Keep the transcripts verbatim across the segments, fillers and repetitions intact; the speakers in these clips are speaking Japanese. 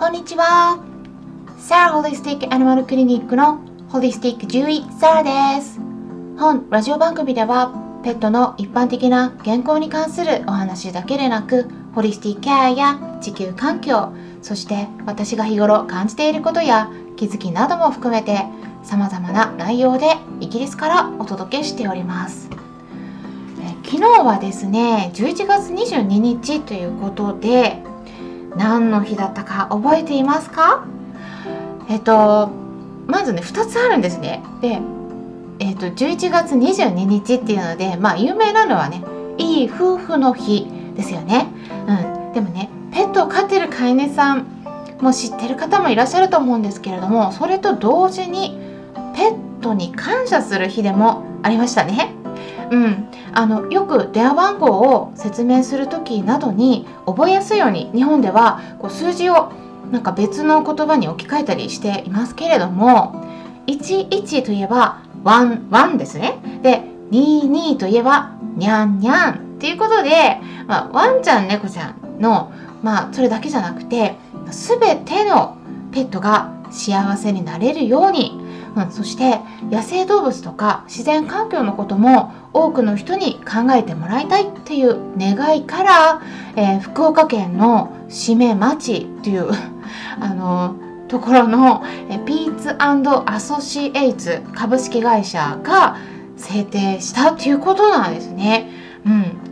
こんにちは。サラホリスティックアニマルクリニックのホリスティック獣医サラです。本ラジオ番組ではペットの一般的な健康に関するお話だけでなく、ホリスティックケアや地球環境、そして私が日頃感じていることや気づきなども含めて様々な内容でイギリスからお届けしております。昨日はですね、じゅういちがつにじゅうににちということで、何の日だったか覚えていますか？えっとまずねふたつあるんですね。で、えっとじゅういちがつにじゅうににちっていうので、まあ有名なのはね、いい夫婦の日ですよね。うん、でもね、ペットを飼ってる飼い主さんも知ってる方もいらっしゃると思うんですけれども、それと同時にペットに感謝する日でもありましたね。うん、あのよく電話番号を説明する時などに覚えやすいように日本ではこう数字をなんか別の言葉に置き換えたりしていますけれども、いちいちといえばワンワンですね。でににといえばニャンニャンっていうことで、まあ、ワンちゃん猫ちゃんの、まあ、それだけじゃなくて全てのペットが幸せになれるように、うん、そして野生動物とか自然環境のことも多くの人に考えてもらいたいっていう願いから、えー、福岡県の締め町っていうあのところのえピーツ&アソシエイツ株式会社が制定したっていうことなんですね。うん、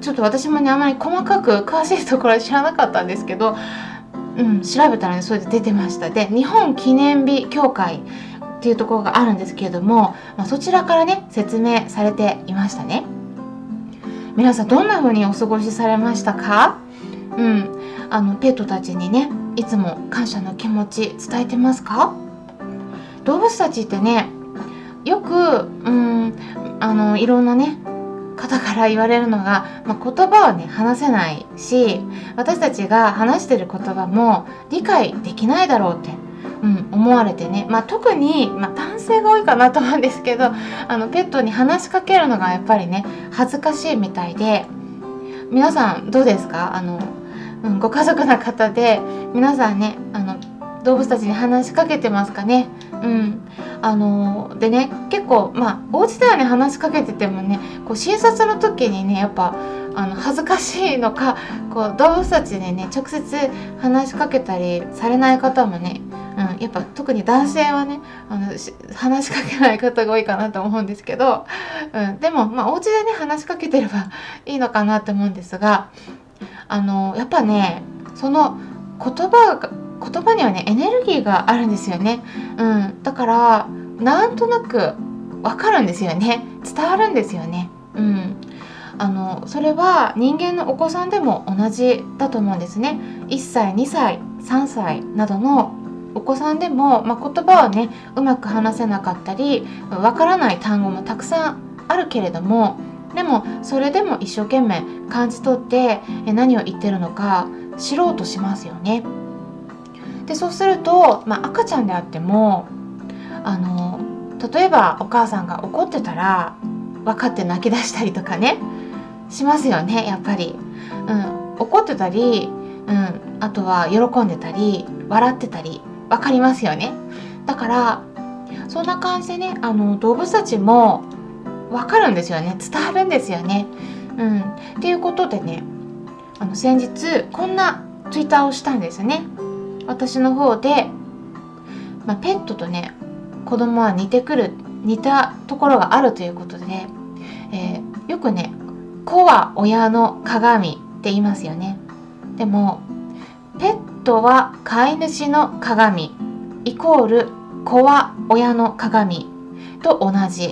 ちょっと私もねあまり細かく詳しいところは知らなかったんですけど、うん、調べたらねそれで出てました。で、日本記念日協会っていうところがあるんですけれども、まあ、そちらからね説明されていましたね。皆さんどんな風にお過ごしされましたか？うん、あのペットたちにねいつも感謝の気持ち伝えてますか？動物たちってねよく、うん、あのいろんなね方から言われるのが、まあ、言葉をね話せないし、私たちが話してる言葉も理解できないだろうって、うん、思われてね、まあ、特に、まあ、男性が多いかなと思うんですけど、あのペットに話しかけるのがやっぱりね恥ずかしいみたいで、皆さんどうですか？あの、うん、ご家族の方で皆さんねあの動物たちに話しかけてますかね？うん、あのでね結構まあお家ではね話しかけててもねこう診察の時にねやっぱあの恥ずかしいのか、こう動物たちにね直接話しかけたりされない方もね、うん、やっぱ特に男性はねあの話しかけない方が多いかなと思うんですけど、うん、でもまあお家でね話しかけてればいいのかなって思うんですが、あのやっぱねその言葉が言葉にはねエネルギーがあるんですよね。うん、だからなんとなくわかるんですよね。伝わるんですよね。うん、あのそれは人間のお子さんでも同じだと思うんですね。いっさい、にさい、さんさいなどのお子さんでも、まあ、言葉をねうまく話せなかったりわからない単語もたくさんあるけれども、でもそれでも一生懸命感じ取って何を言ってるのか知ろうとしますよね。でそうすると、まあ、赤ちゃんであってもあの例えばお母さんが怒ってたら分かって泣き出したりとかねしますよね。やっぱり、うん、怒ってたり、うん、あとは喜んでたり笑ってたり分かりますよね。だからそんな感じでねあの動物たちも分かるんですよね。伝わるんですよね。うん、っていうことでねあの先日こんなツイッターをしたんですね。私の方で、まあ、ペットとね子供は似てくる似たところがあるということで、えー、よくね子は親の鏡って言いますよね。でもペットは飼い主の鏡イコール子は親の鏡と同じ、うん、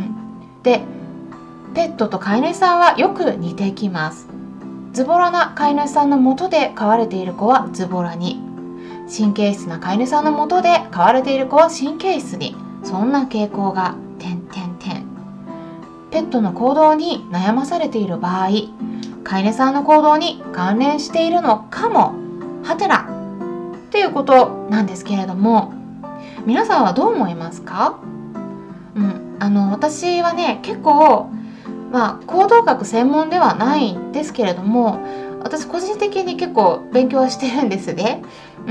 でペットと飼い主さんはよく似てきます。ズボラな飼い主さんの元で飼われている子はズボラに、神経質な飼い主さんの元で飼われている子は神経質に、そんな傾向が点点点。ペットの行動に悩まされている場合、飼い主さんの行動に関連しているのかもはてなっていうことなんですけれども、皆さんはどう思いますか？うん、あの私はね結構まあ行動学専門ではないんですけれども、私個人的に結構勉強はしてるんですね。うん、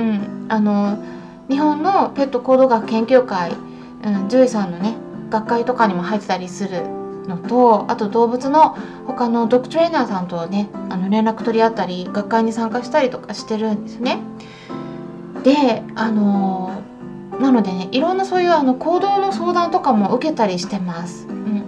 あの日本のペット行動学研究会、うん、獣医さんのね学会とかにも入ってたりするのと、あと動物の他のドッグトレーナーさんとねあの連絡取り合ったり学会に参加したりとかしてるんですね。であのなのでね、いろんなそういうあの行動の相談とかも受けたりしてます。うん、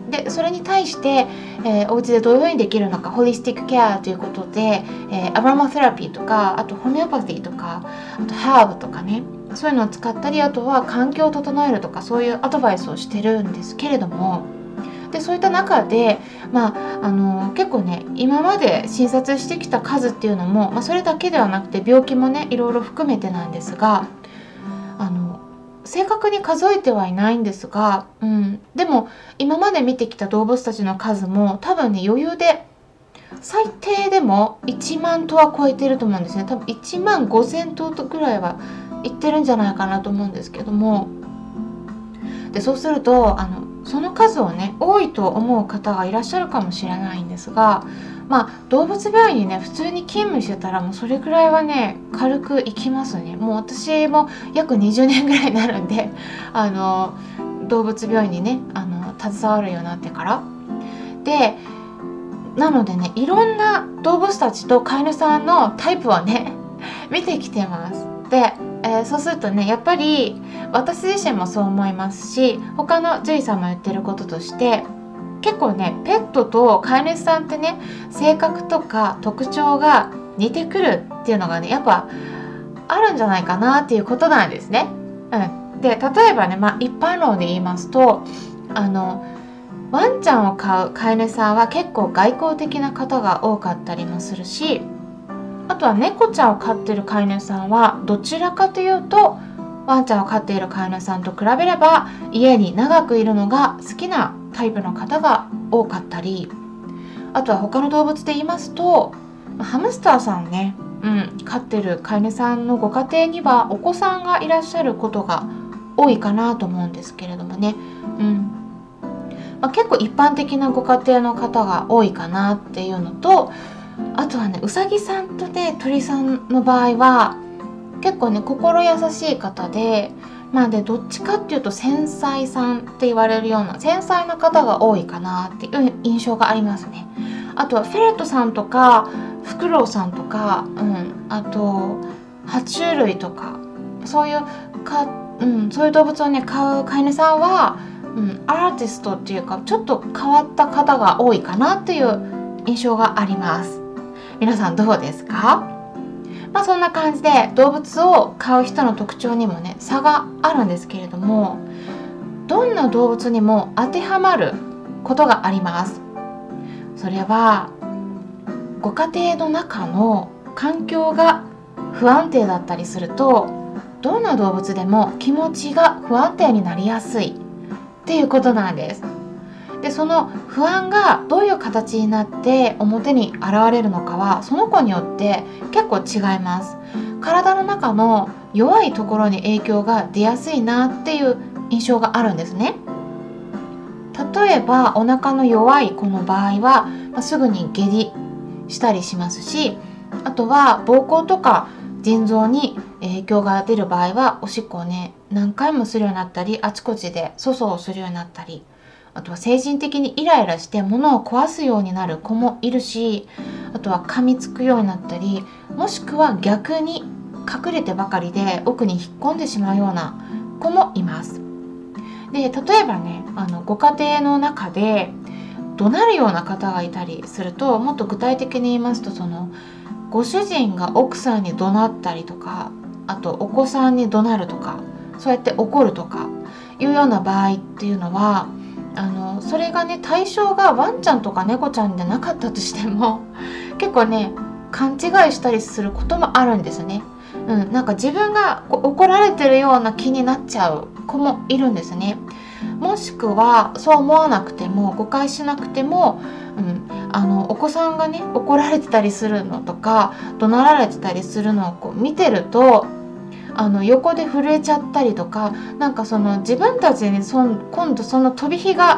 でそれに対して、えー、お家でどういうふうにできるのか、ホリスティックケアということで、えー、アロマセラピーとか、あとホメオパティとか、あとハーブとかね、そういうのを使ったり、あとは環境を整えるとか、そういうアドバイスをしてるんですけれども、でそういった中で、まあ、あの結構ね今まで診察してきた数っていうのも、まあ、それだけではなくて病気もねいろいろ含めてなんですが、あの正確に数えてはいないんですが、うん、でも今まで見てきた動物たちの数も多分ね余裕で最低でもいちまんとは超えてると思うんですね。多分いちまんごせんとうぐらいはいってるんじゃないかなと思うんですけども、でそうするとあのその数をね多いと思う方がいらっしゃるかもしれないんですが、まあ動物病院にね普通に勤務してたらもうそれくらいはね軽く行きますね。もう私も約にじゅうねんぐらいになるんで、あの動物病院にねあの携わるようになってからで、なのでねいろんな動物たちと飼い主さんのタイプをね見てきてます。で、えー、そうするとねやっぱり私自身もそう思いますし、他の獣医さんも言ってることとして結構ねペットと飼い主さんってね性格とか特徴が似てくるっていうのがねやっぱあるんじゃないかなっていうことなんですね。うん、で例えばね、まあ、一般論で言いますと、あのワンちゃんを飼う飼い主さんは結構外交的な方が多かったりもするし、あとは猫ちゃんを飼ってる飼い主さんはどちらかというとワンちゃんを飼っている飼い主さんと比べれば家に長くいるのが好きなタイプの方が多かったり、あとは他の動物で言いますとハムスターさんね、うん、飼ってる飼い主さんのご家庭にはお子さんがいらっしゃることが多いかなと思うんですけれどもね、うんまあ、結構一般的なご家庭の方が多いかなっていうのと、あとはねうさぎさんとね鳥さんの場合は結構ね心優しい方で、まあでどっちかっていうと繊細さんって言われるような繊細な方が多いかなっていう印象がありますね。あとはフェレットさんとかフクロウさんとか、うん、あと爬虫類とかそういうか、うん、そういう動物をね飼う飼い主さんは、うん、アーティストっていうかちょっと変わった方が多いかなっていう印象があります。皆さんどうですか？まあそんな感じで動物を飼う人の特徴にもね差があるんですけれども、どんな動物にも当てはまることがあります。それはご家庭の中の環境が不安定だったりすると、どんな動物でも気持ちが不安定になりやすいっていうことなんです。でその不安がどういう形になって表に現れるのかはその子によって結構違います。体の中の弱いところに影響が出やすいなっていう印象があるんですね。例えばお腹の弱い子の場合は、まあ、すぐに下痢したりしますし、あとは膀胱とか腎臓に影響が出る場合はおしっこをね何回もするようになったり、あちこちで粗相をするようになったり、あとは精神的にイライラして物を壊すようになる子もいるし、あとは噛みつくようになったり、もしくは逆に隠れてばかりで奥に引っ込んでしまうような子もいます。で例えばねあのご家庭の中で怒鳴るような方がいたりすると、もっと具体的に言いますと、そのご主人が奥さんに怒鳴ったりとか、あとお子さんに怒鳴るとか、そうやって怒るとかいうような場合っていうのは、あのそれがね対象がワンちゃんとか猫ちゃんでなかったとしても結構ね勘違いしたりすることもあるんですね。うん、なんか自分が怒られてるような気になっちゃう子もいるんですね。もしくはそう思わなくても誤解しなくても、うん、あのお子さんがね怒られてたりするのとか怒鳴られてたりするのをこう見てると、あの横で震えちゃったりとか、なんかその自分たちにそん今度その飛び火が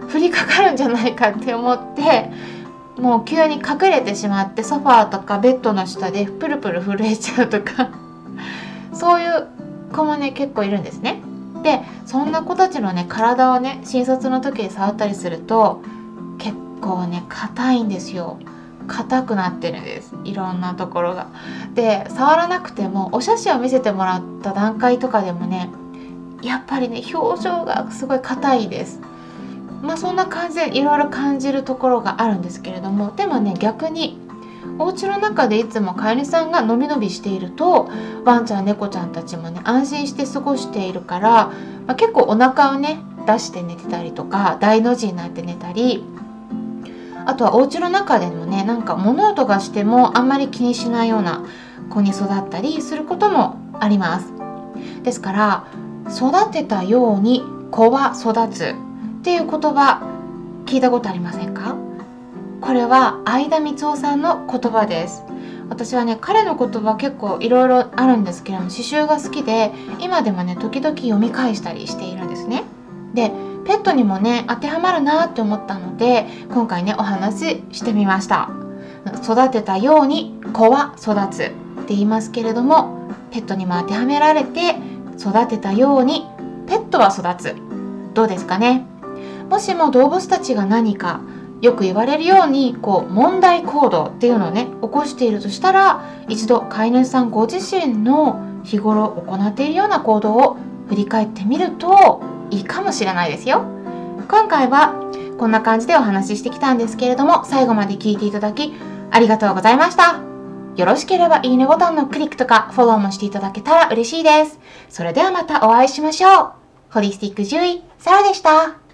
降りかかるんじゃないかって思って、もう急に隠れてしまってソファーとかベッドの下でプルプル震えちゃうとかそういう子もね結構いるんですね。でそんな子たちのね体をね診察の時に触ったりすると結構ね硬いんですよ。硬くなってるんです、いろんなところが。で触らなくてもお写真を見せてもらった段階とかでもねやっぱりね表情がすごい硬いです。まあそんな感じでいろいろ感じるところがあるんですけれども、でもね逆にお家の中でいつも飼い主さんがのびのびしているとワンちゃん猫ちゃんたちもね安心して過ごしているから、まあ、結構お腹をね出して寝てたりとか大の字になって寝たり、あとはお家の中でもねなんか物音がしてもあんまり気にしないような子に育ったりすることもあります。ですから育てたように子は育つっていう言葉聞いたことありませんか？これは相田光夫さんの言葉です。私はね彼の言葉結構いろいろあるんですけれども、刺繍が好きで今でもね時々読み返したりしているんですね。でペットにもね当てはまるなって思ったので今回ねお話ししてみました。育てたように子は育つって言いますけれども、ペットにも当てはめられて育てたようにペットは育つ。どうですかね？もしも動物たちが何かよく言われるようにこう問題行動っていうのをね起こしているとしたら、一度飼い主さんご自身の日頃行っているような行動を振り返ってみるといいかもしれないですよ。今回はこんな感じでお話ししてきたんですけれども、最後まで聞いていただきありがとうございました。よろしければいいねボタンのクリックとかフォローもしていただけたら嬉しいです。それではまたお会いしましょう。ホリスティック獣医サラでした。